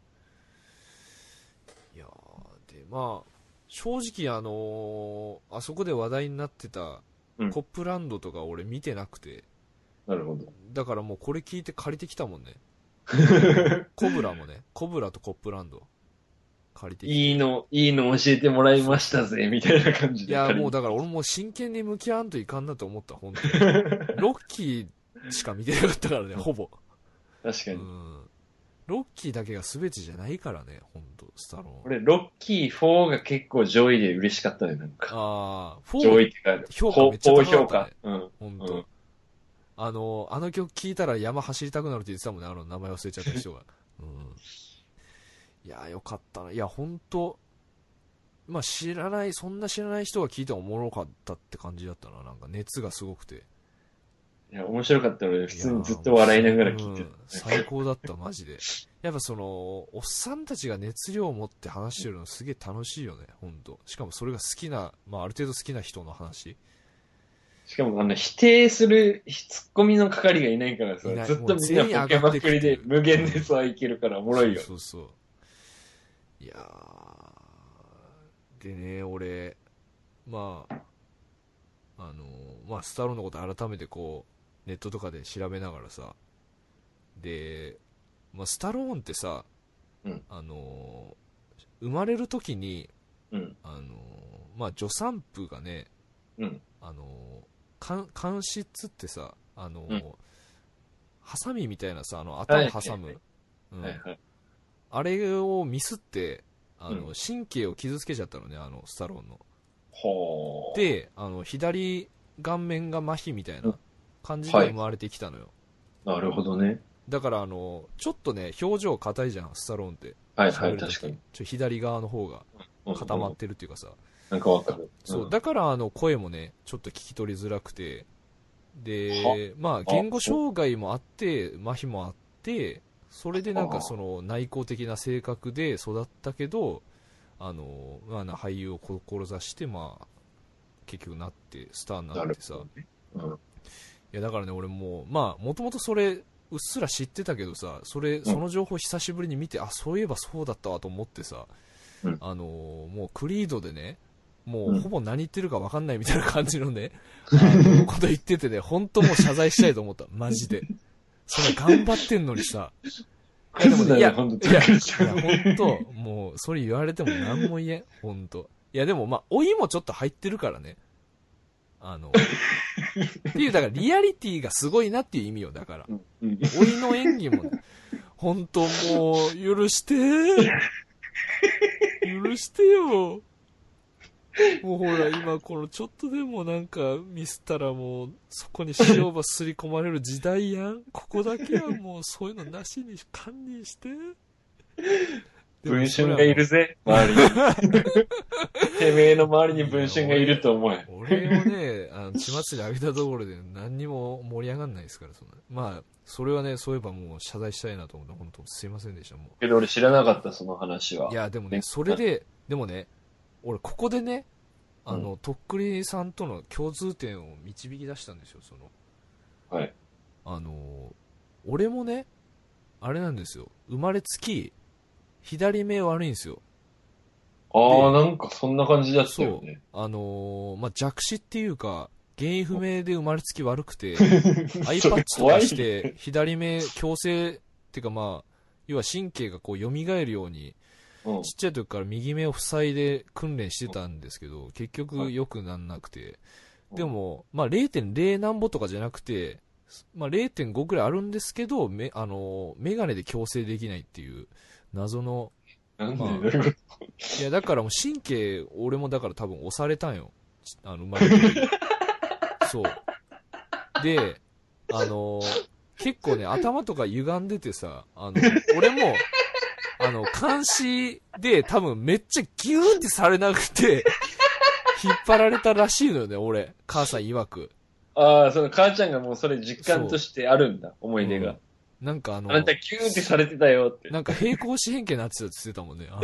いやでまあ正直あのー、あそこで話題になってたコップランドとか俺見てなくて、 うん、なるほど。 だからもうこれ聞いて借りてきたもんね。コブラもね、コブラとコップランド借りてきて、 いいのいいの教えてもらいましたぜみたいな感じで。 いやもうだから俺も真剣に向き合わんといかんなと思った、本当に。ロッキーしか見てなかったからね、ほぼ。 確かに。うんロッキーだけが全てじゃないからね、ほんと、スタローン。 俺、ロッキーフォーが結構上位で嬉しかったね、なんか。 ああ、 フォー上位ってか、 評価めっちゃ高かった、ね。 高評価。うん。 ほんと、うん。あの、あの曲聴いたら山走りたくなるって言ってたもんね、あの名前忘れちゃった人が。うん。いや、よかったな。いや、ほんと、まあ知らない、そんな知らない人が聴いてもおもろかったって感じだったな、なんか熱がすごくて。 いや、面白かった俺、普通にずっと笑いながら聞いてた、うん。 最高だった、マジで。やっぱその、おっさんたちが熱量を持って話してるのすげえ楽しいよね、ほんと。しかもそれが好きな、まあある程度好きな人の話。 しかもあの、否定する、ツッコミの係がいないからさ、ずっとみんなボケまくりで無限でさ、いけるからおもろいよ。 そうそうそう。いやー、でね、俺、まあ、あの、まあスタローンのこと改めてこう、ネットとかで調べながらさ、で、まあ、スタローンってさ、うん、あの生まれる時に、うん、あのまあ助産婦がね、うん、あの間室ってさ、あの、うん、ハサミみたいなさ、あの頭挟む、あれをミスってあの、うん、神経を傷つけちゃったのね、あのスタローンの。 ほー。 で、あの左顔面が麻痺みたいな感じで生まれてきたのよ。 はい、なるほどね。 だからあのちょっとね表情硬いじゃん、スタローンって。 はいはい確かに。 ちょ左側の方が固まってるっていうかさ。 なんかわかる。うん、 そうだからあの声もねちょっと聞き取りづらくて、でまあ言語障害もあって麻痺もあって、それでなんかその内向的な性格で育ったけど、あのまあ俳優を志してまあ結局なってスターになってさ。ねうん、いやだからね俺もまあもともとそれうっすら知ってたけどさ、それその情報久しぶりに見て、うん、あそういえばそうだったわと思ってさ、うん、あのもうクリードでね、もうほぼ何言ってるか分かんないみたいな感じのね、うん、あのこと言っててね、本当もう謝罪したいと思った、マジで。それ頑張ってんのにさ、 クズだね、 いや、 ほんと。 いや、いや、ほんと、もう、それ言われても何も言えん、ほんと。いや、でもまあ、老いもちょっと入ってるからね。あの、っていう、だからリアリティがすごいなっていう意味よ、だから。 うんうん、 老いの演技もね、ほんともう、許して許してよ。もうほら、今このちょっとでもなんかミスったらもう、そこに塩ばすり込まれる時代やん。ここだけはもうそういうのなしに堪忍して。 文春がいるぜ、周りに。てめえの周りに文春がいると思え。 俺をね、あの血祭り上げたところで何にも盛り上がんないですから、そんな。まあ、それはね、そういえばもう謝罪したいなと思って、本当すいませんでした、もう。 けど俺知らなかった、その話は。 いや、でもね、それで、でもね、俺ここでね、あの、うん、とっくりさんとの共通点を導き出したんですよ、その。 はい。 あの、俺もね、あれなんですよ、生まれつき、左目悪いんですよ。 ああ、なんかそんな感じだったよね。 そう。あのー、まあ、弱視っていうか、原因不明で生まれつき悪くて、アイパッチとかして、左目矯正っていうかまあ、要は神経がこう蘇るように、うん、ちっちゃい時から右目を塞いで訓練してたんですけど、結局良くなんなくて、でも、まあ れいてんれい 何歩とかじゃなくて、まあ れいてんご くらいあるんですけど、め、あの、メガネで矯正できないっていう、謎の、 なんで、 まあ、 どういうこといや、だからもう神経、俺もだから多分押されたんよ。あの、生まれてる。そう。で、あの、結構ね、頭とか歪んでてさ、あの、俺も、あの、監視で多分めっちゃギューンってされなくて、引っ張られたらしいのよね、俺。母さん曰く。 ああ、その母ちゃんがもうそれ実感としてあるんだ、思い出が。うん、 なんかあの、 あんたギューンってされてたよって。 なんか平行四辺形になってたって言ってたもんね。あの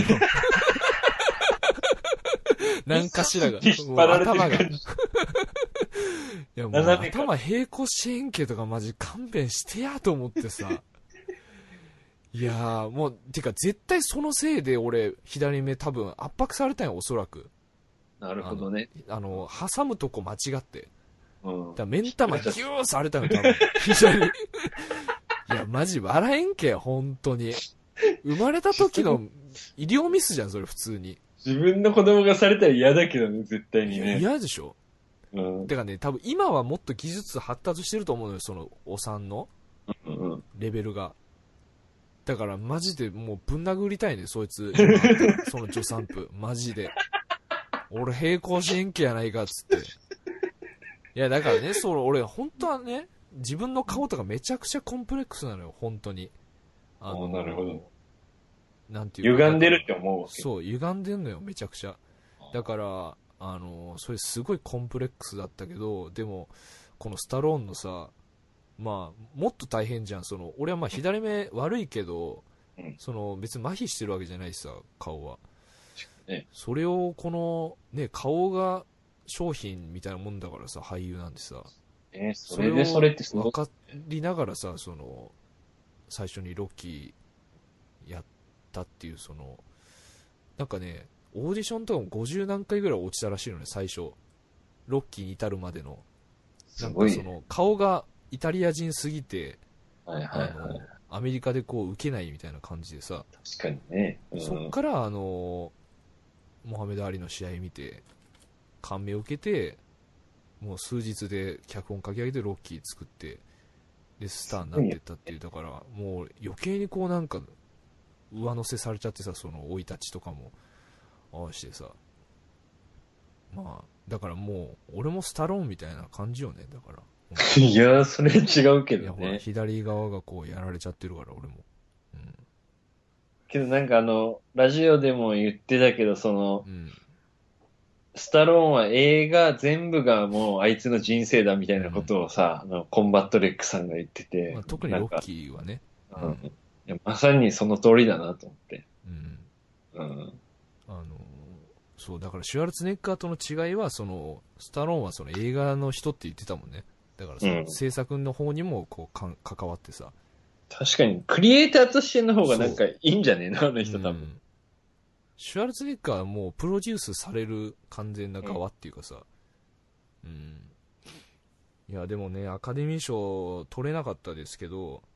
なんかしらが。 引っ張られてる頭が。いやもう頭平行四辺形とかマジ勘弁してやと思ってさ。いやーもう、てか絶対そのせいで俺、左目多分圧迫されたんよ、おそらく。 なるほどね。 あの、あの挟むとこ間違って。 うん。 だから目ん玉ギューされたの多分。左。いや、マジ笑えんけ、本当に。生まれた時の医療ミスじゃん、それ普通に。 自分の子供がされたら嫌だけどね、絶対にね。 嫌でしょ。 うん。 てかね、多分今はもっと技術発達してると思うのよ、そのお産のレベルが。だからマジでもうぶん殴りたいね、そいつ。その助産婦。マジで。俺平行四辺形やないかっつって。いやだからね、その俺本当はね、自分の顔とかめちゃくちゃコンプレックスなのよ、本当に。 あの、なるほど。 なんていうか。歪んでるって思うわけ。 そう、歪んでんのよ、めちゃくちゃ。だから、あの、それすごいコンプレックスだったけど、でも、このスタローンのさ、まあ、もっと大変じゃん。その、俺はまあ左目悪いけど、うん、その別に麻痺してるわけじゃないしさ、顔は。ね、それをこの、ね、顔が商品みたいなもんだからさ、俳優なんてさ。 えー、それでそれって分かりながらさ、その、最初にロッキーやったっていう、その、なんかね、オーディションとかもごじゅうなんかいぐらい落ちたらしいのね、最初。ロッキーに至るまでの。なんかその、顔がイタリア人すぎて、 はいはいはい、あの、 アメリカでこう受けないみたいな感じでさ。 確かにね。 うん、そっからあの、モハメド・アリの試合見て、感銘を受けて、もう数日で脚本書き上げてロッキー作って、で、スターになってったっていう、だから、もう余計にこうなんか、上乗せされちゃってさ、その生い立ちとかも合わせてさ。まあ、だからもう、俺もスタローンみたいな感じよね、だから。 いやー、それ違うけどね。いや、ほら、 左側がこうやられちゃってるから、俺も。うん。 けどなんかあの、ラジオでも言ってたけど、その、うん、スタローンは映画全部がもうあいつの人生だみたいなことをさ、うん、あのコンバットレックさんが言ってて。 まあ、特にロッキーはね。 うん。いやまさにその通りだなと思って。 うん。うん。あの、そう、だからシュワルツェネッガーとの違いは、その、スタローンはその映画の人って言ってたもんね。だからその、制作の方にもこうかん関わってさ。 確かに、クリエイターとしての方がなんかいいんじゃねえのあの人多分、うん。 シュワルツェネッガーはもうプロデュースされる完全な側っていうかさ。うん。うん、いや、でもね、アカデミー賞取れなかったですけど、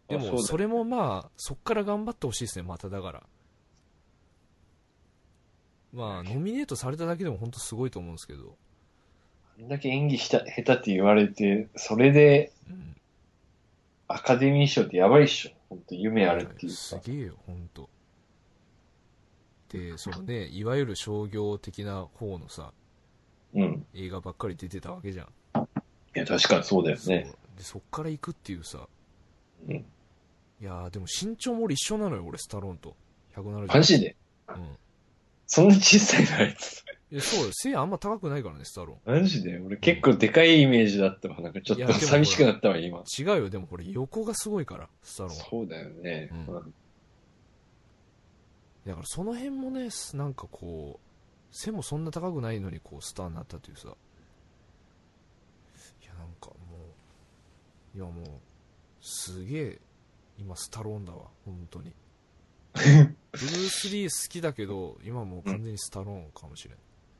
でもそれもまあそっから頑張ってほしいですね。まただからまあノミネートされただけでも本当すごいと思うんですけど、 あんだけ演技した下手って言われてそれでアカデミー賞ってやばいっしょ。本当夢あるっていうか。 すげえよ本当。でそのねいわゆる商業的な方のさ、 うん、 映画ばっかり出てたわけじゃん。 いや確かにそうだよね。そ, でそっから行くっていうさ、 うん、いやでも身長も俺一緒なのよ俺スタローンとひゃくななじゅう。 マジで？ うん。 そんな小さいのあいつ。 いやそうよ、背あんま高くないからねスタローン。マジで？俺結構でかいイメージだったわ。なんかちょっと寂しくなったわ今。 違うよ、でもこれ横がすごいからスタローン。 そうだよね。うん。 だからその辺もねなんかこう背もそんな高くないのにこうスターになったというさ。いやなんかもういやもうすげえ今スタローンだわ本当に。ブルース・リー好きだけど今もう完全にスタローンかもしれん。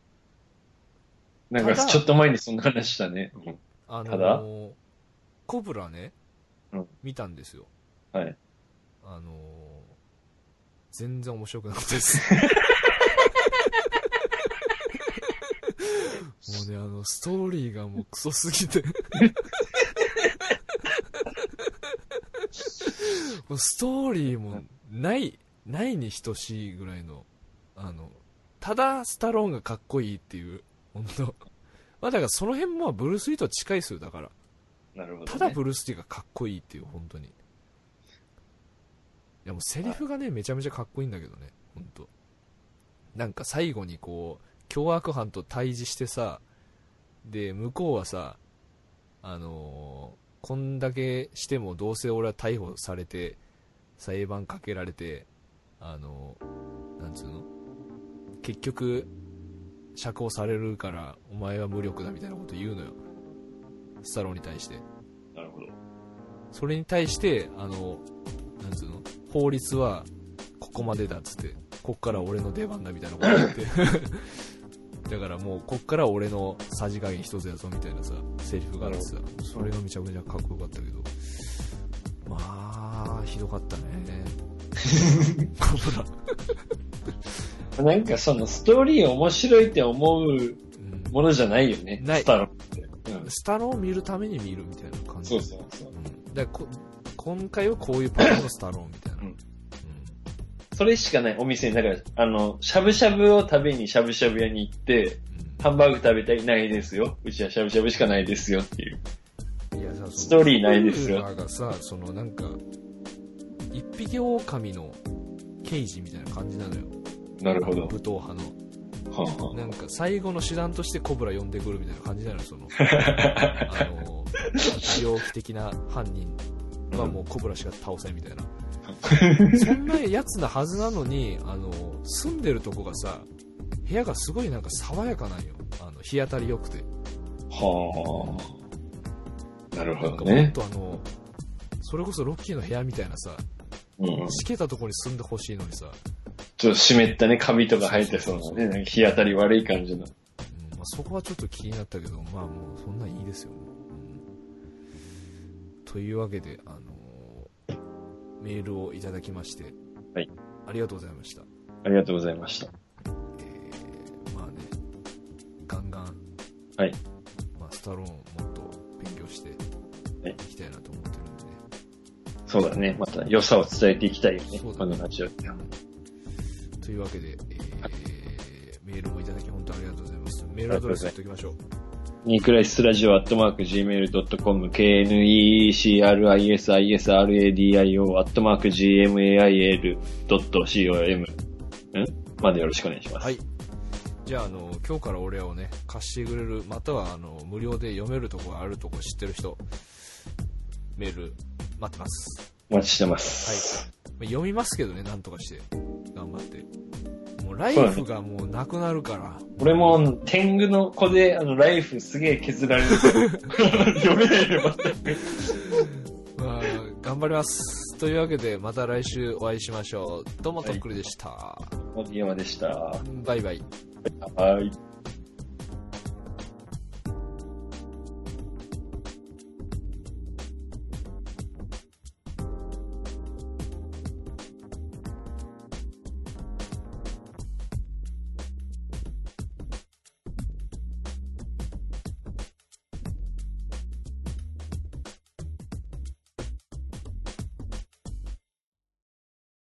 なんかちょっと前にそんな話したね。うん、 あのー、 ただコブラね、 うん、見たんですよ。 はい。 あのー、全然面白くなかったです。もうねあのストーリーがもうクソすぎてもうストーリーもないないに等しいぐらいのあのただスタローンがかっこいいっていう本当まあだからその辺もブルース・リーと近いですよ。だからなるほど、ね、 ただブルース・リーがかっこいいっていう本当に。いやもうセリフがねめちゃめちゃかっこいいんだけどね本当。なんか最後にこう凶悪犯と対峙してさ、で向こうはさあのー、こんだけしてもどうせ俺は逮捕されて裁判かけられてあのー、なんつうの結局釈放されるからお前は無力だみたいなこと言うのよスタローに対して。 なるほど。 それに対してあのなんつうの法律はここまでだっつってこっから俺の出番だみたいなこと言ってだからもうこっから俺のさじ加減一つやぞみたいなさセリフがあってさ、それがめちゃくちゃかっこよかったけど、まあひどかったねコブラなんかそのストーリー面白いって思うものじゃないよね、うん、 ないスタローって、 うん、スタローを見るために見るみたいな感じ。 そうそうそう、うん、 だからこ今回はこういうパターンのスタローみたいな、うんうん、 それしかないお店に。だからあのしゃぶしゃぶを食べにしゃぶしゃぶ屋に行って、うん、ハンバーグ食べたいないですよ、うちはしゃぶしゃぶしかないですよっていう。 いやさストーリーないですよ。 クーラーがさそのなんか一匹狼の刑事みたいな感じなのよ。 なるほど。 武闘派の、 はあはあ、 なんか最後の手段としてコブラ呼んでくるみたいな感じなのよ。そのあの猟奇的な犯人はもうコブラしか倒せんみたいな、うん、そんなやつなはずなのにあの住んでるとこがさ部屋がすごいなんか爽やかなんよ。あの日当たり良くて。 はあ、なるほどね。 もっとあのそれこそロッキーの部屋みたいなさ、うん、しけたとこに住んでほしいのにさ、 ちょっと湿ったね、カビとか生えてそうなね、なんか日当たり悪い感じの。うん、 まあ、そこはちょっと気になったけど、まあもうそんなんいいですよ。うん、というわけで、あのー、メールをいただきまして、 はい。 ありがとうございました。 ありがとうございました。 えー、まあね、ガンガン、 はい。 まあ、スタローンもっと勉強していきたいなと思ってるんでね。 そうだね。また良さを伝えていきたいよね。このラジオって。 というわけで、えー、メールもいただき本当にありがとうございます。メールアドレス言っておきましょう。 ニークライスラジオアットマーク ジーメールドットコム ケーエヌイーシーアールアイエスアイエスアールエーディーアイオー アットマーク ジーエムエーアイエルドットコム んまでよろしくお願いします。 はい。じゃあ、あの、今日から俺をね、貸してくれる、または、あの、無料で読めるところがあるところ知ってる人、メール待ってます。 お待ちしてます。 はい。読みますけどね、なんとかして。頑張って。もうライフがもうなくなるから。 俺も天狗の子であのライフすげえ削られる読めないでまた。 まあ頑張ります。というわけでまた来週お会いしましょう。どうもとっくりでした。 森山でした。 バイバイ。 はい。